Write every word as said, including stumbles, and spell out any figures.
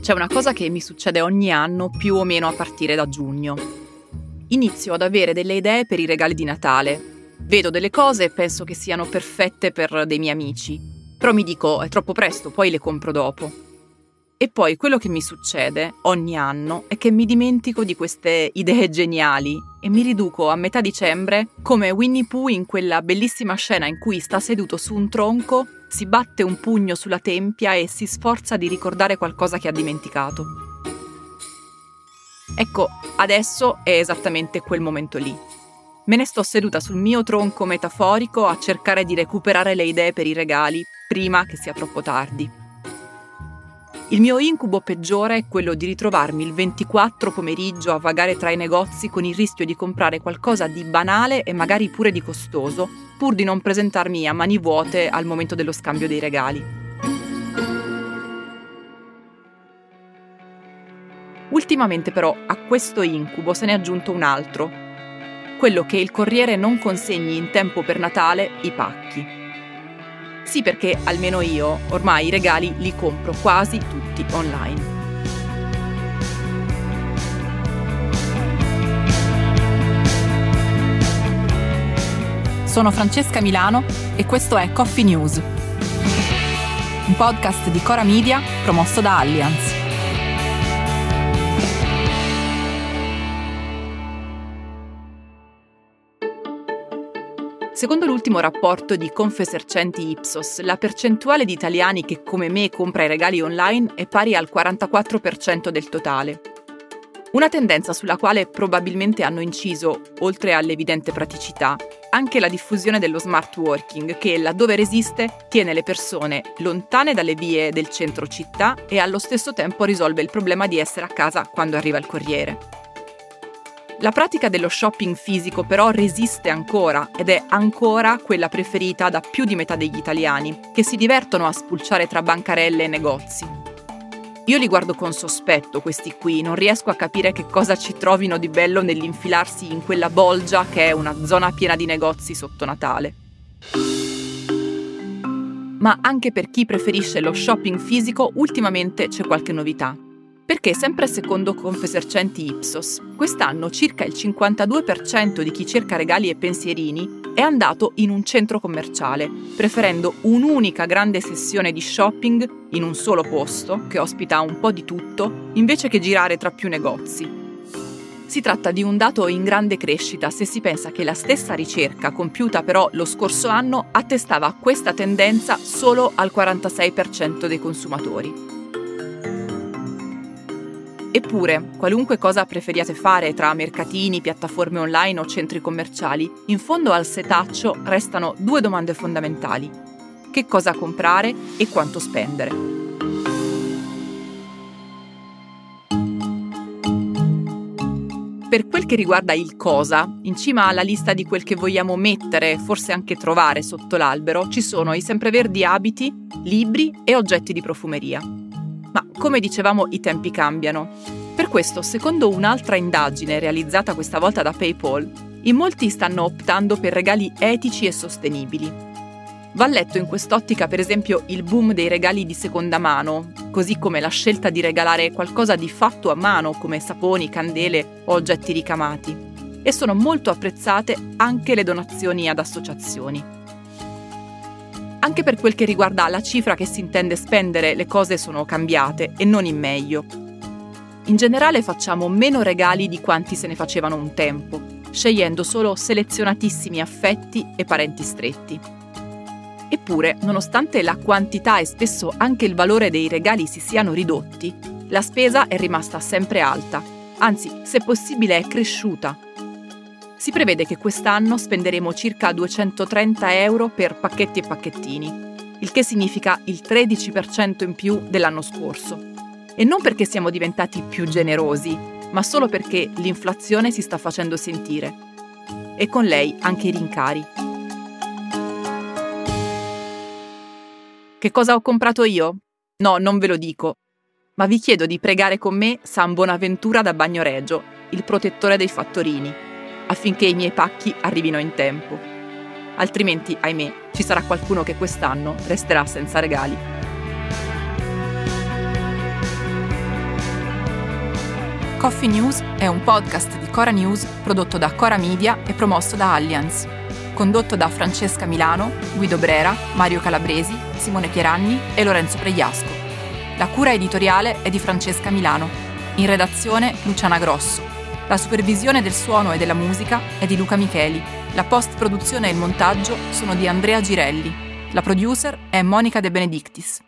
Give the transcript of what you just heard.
C'è una cosa che mi succede ogni anno più o meno a partire da giugno. Inizio ad avere delle idee per i regali di Natale. Vedo delle cose e penso che siano perfette per dei miei amici, però mi dico è troppo presto, poi le compro dopo. E poi quello che mi succede ogni anno è che mi dimentico di queste idee geniali e mi riduco a metà dicembre come Winnie Pooh in quella bellissima scena in cui sta seduto su un tronco, si batte un pugno sulla tempia e si sforza di ricordare qualcosa che ha dimenticato. Ecco, adesso è esattamente quel momento lì. Me ne sto seduta sul mio tronco metaforico a cercare di recuperare le idee per i regali prima che sia troppo tardi. Il mio incubo peggiore è quello di ritrovarmi il ventiquattro pomeriggio a vagare tra i negozi con il rischio di comprare qualcosa di banale e magari pure di costoso, pur di non presentarmi a mani vuote al momento dello scambio dei regali. Ultimamente però a questo incubo se ne è aggiunto un altro, quello che il corriere non consegni in tempo per Natale i pacchi. Sì, perché almeno io ormai i regali li compro quasi tutti online. Sono Francesca Milano e questo è Coffee News, un podcast di Cora Media promosso da Allianz. Secondo l'ultimo rapporto di Confesercenti Ipsos, la percentuale di italiani che come me compra i regali online è pari al quarantaquattro per cento del totale. Una tendenza sulla quale probabilmente hanno inciso, oltre all'evidente praticità, anche la diffusione dello smart working che, laddove resiste, tiene le persone lontane dalle vie del centro città e allo stesso tempo risolve il problema di essere a casa quando arriva il corriere. La pratica dello shopping fisico però resiste ancora ed è ancora quella preferita da più di metà degli italiani, che si divertono a spulciare tra bancarelle e negozi. Io li guardo con sospetto questi qui, non riesco a capire che cosa ci trovino di bello nell'infilarsi in quella bolgia che è una zona piena di negozi sotto Natale. Ma anche per chi preferisce lo shopping fisico ultimamente c'è qualche novità. Perché, sempre secondo Confesercenti Ipsos, quest'anno circa il cinquantadue per cento di chi cerca regali e pensierini è andato in un centro commerciale, preferendo un'unica grande sessione di shopping in un solo posto, che ospita un po' di tutto, invece che girare tra più negozi. Si tratta di un dato in grande crescita se si pensa che la stessa ricerca, compiuta però lo scorso anno, attestava questa tendenza solo al quarantasei per cento dei consumatori. Eppure, qualunque cosa preferiate fare tra mercatini, piattaforme online o centri commerciali, in fondo al setaccio restano due domande fondamentali. Che cosa comprare e quanto spendere? Per quel che riguarda il cosa, in cima alla lista di quel che vogliamo mettere e forse anche trovare sotto l'albero, ci sono i sempreverdi abiti, libri e oggetti di profumeria. Ma, come dicevamo, i tempi cambiano. Per questo, secondo un'altra indagine realizzata questa volta da PayPal, in molti stanno optando per regali etici e sostenibili. Va letto in quest'ottica, per esempio, il boom dei regali di seconda mano, così come la scelta di regalare qualcosa di fatto a mano, come saponi, candele o oggetti ricamati. E sono molto apprezzate anche le donazioni ad associazioni. Anche per quel che riguarda la cifra che si intende spendere, le cose sono cambiate e non in meglio. In generale facciamo meno regali di quanti se ne facevano un tempo, scegliendo solo selezionatissimi affetti e parenti stretti. Eppure, nonostante la quantità e spesso anche il valore dei regali si siano ridotti, la spesa è rimasta sempre alta, anzi, se possibile è cresciuta. Si prevede che quest'anno spenderemo circa duecentotrenta euro per pacchetti e pacchettini, il che significa il tredici per cento in più dell'anno scorso. E non perché siamo diventati più generosi, ma solo perché l'inflazione si sta facendo sentire. E con lei anche i rincari. Che cosa ho comprato io? No, non ve lo dico. Ma vi chiedo di pregare con me San Bonaventura da Bagnoregio, il protettore dei fattorini, affinché i miei pacchi arrivino in tempo. Altrimenti, ahimè, ci sarà qualcuno che quest'anno resterà senza regali. Coffee News è un podcast di Cora News prodotto da Cora Media e promosso da Allianz. Condotto da Francesca Milano, Guido Brera, Mario Calabresi, Simone Pieranni e Lorenzo Pregliasco. La cura editoriale è di Francesca Milano. In redazione Luciana Grosso. La supervisione del suono e della musica è di Luca Micheli. La post-produzione e il montaggio sono di Andrea Girelli. La producer è Monica De Benedictis.